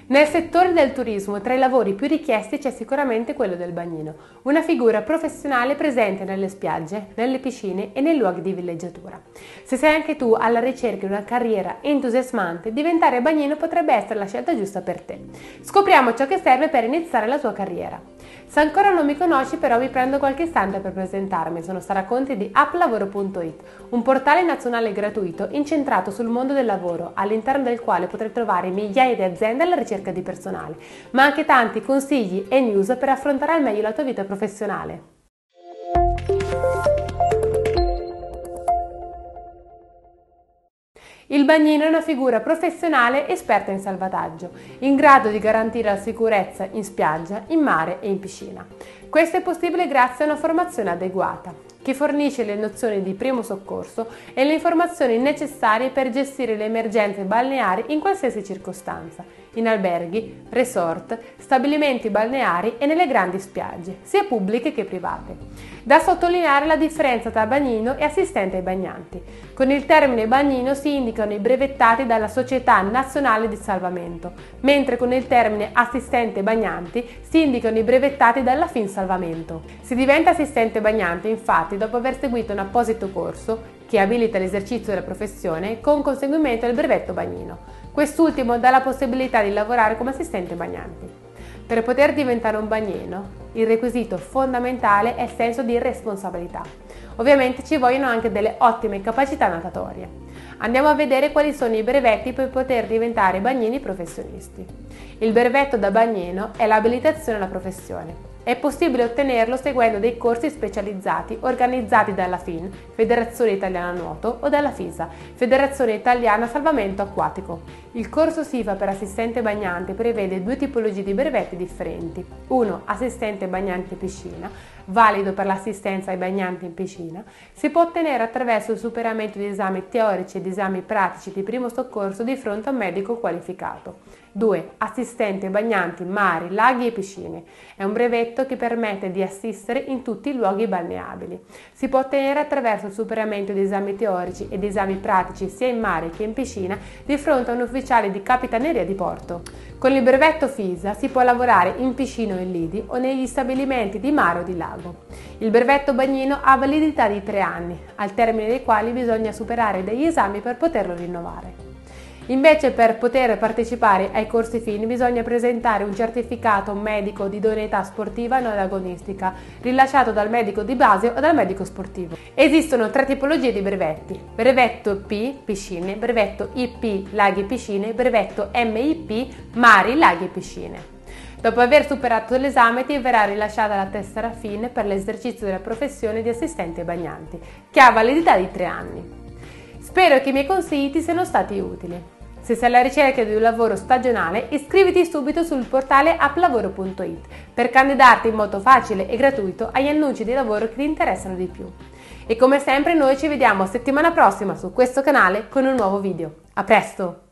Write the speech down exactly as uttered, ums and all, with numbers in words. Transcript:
Nel settore del turismo, tra i lavori più richiesti c'è sicuramente quello del bagnino, una figura professionale presente nelle spiagge, nelle piscine e nei luoghi di villeggiatura. Se sei anche tu alla ricerca di una carriera entusiasmante, diventare bagnino potrebbe essere la scelta giusta per te. Scopriamo ciò che serve per iniziare la tua carriera. Se ancora non mi conosci, però vi prendo qualche istante per presentarmi. Sono Sara Conti di applavoro punto it, un portale nazionale gratuito incentrato sul mondo del lavoro, all'interno del quale potrai trovare migliaia di aziende alla ricerca di personale, ma anche tanti consigli e news per affrontare al meglio la tua vita professionale. Il bagnino è una figura professionale esperta in salvataggio, in grado di garantire la sicurezza in spiaggia, in mare e in piscina. Questo è possibile grazie a una formazione adeguata, che fornisce le nozioni di primo soccorso e le informazioni necessarie per gestire le emergenze balneari in qualsiasi circostanza, in alberghi, resort, stabilimenti balneari e nelle grandi spiagge, sia pubbliche che private. Da sottolineare la differenza tra bagnino e assistente ai bagnanti. Con il termine bagnino si indicano i brevettati dalla Società Nazionale di Salvamento, mentre con il termine assistente bagnanti si indicano i brevettati dalla Finsalvamento. Si diventa assistente bagnante, infatti, dopo aver seguito un apposito corso che abilita l'esercizio della professione con conseguimento del brevetto bagnino. Quest'ultimo dà la possibilità di lavorare come assistente bagnanti. Per poter diventare un bagnino, il requisito fondamentale è il senso di responsabilità. Ovviamente ci vogliono anche delle ottime capacità natatorie. Andiamo a vedere quali sono i brevetti per poter diventare bagnini professionisti. Il brevetto da bagnino è l'abilitazione alla professione. È possibile ottenerlo seguendo dei corsi specializzati organizzati dalla F I N, Federazione Italiana Nuoto, o dalla FISA, Federazione Italiana Salvamento Acquatico. Il corso S I F A per assistente bagnante prevede due tipologie di brevetti differenti. Uno, assistente bagnante piscina, valido per l'assistenza ai bagnanti in piscina, si può ottenere attraverso il superamento di esami teorici ed esami pratici di primo soccorso di fronte a un medico qualificato. due. Assistente bagnanti mari, laghi e piscine. È un brevetto che permette di assistere in tutti i luoghi balneabili. Si può ottenere attraverso il superamento di esami teorici ed esami pratici sia in mare che in piscina di fronte a un ufficiale di capitaneria di porto. Con il brevetto FISA si può lavorare in piscina o in lidi o negli stabilimenti di mare o di lago. Il brevetto bagnino ha validità di tre anni, al termine dei quali bisogna superare degli esami per poterlo rinnovare. Invece, per poter partecipare ai corsi F I N bisogna presentare un certificato medico di idoneità sportiva non agonistica, rilasciato dal medico di base o dal medico sportivo. Esistono tre tipologie di brevetti: brevetto P, piscine, brevetto I P, laghi e piscine, brevetto M I P, mari, laghi e piscine. Dopo aver superato l'esame ti verrà rilasciata la tessera F I N per l'esercizio della professione di assistente bagnanti, che ha validità di tre anni. Spero che i miei consigli ti siano stati utili. Se sei alla ricerca di un lavoro stagionale, iscriviti subito sul portale applavoro punto it per candidarti in modo facile e gratuito agli annunci di lavoro che ti interessano di più. E come sempre noi ci vediamo settimana prossima su questo canale con un nuovo video. A presto!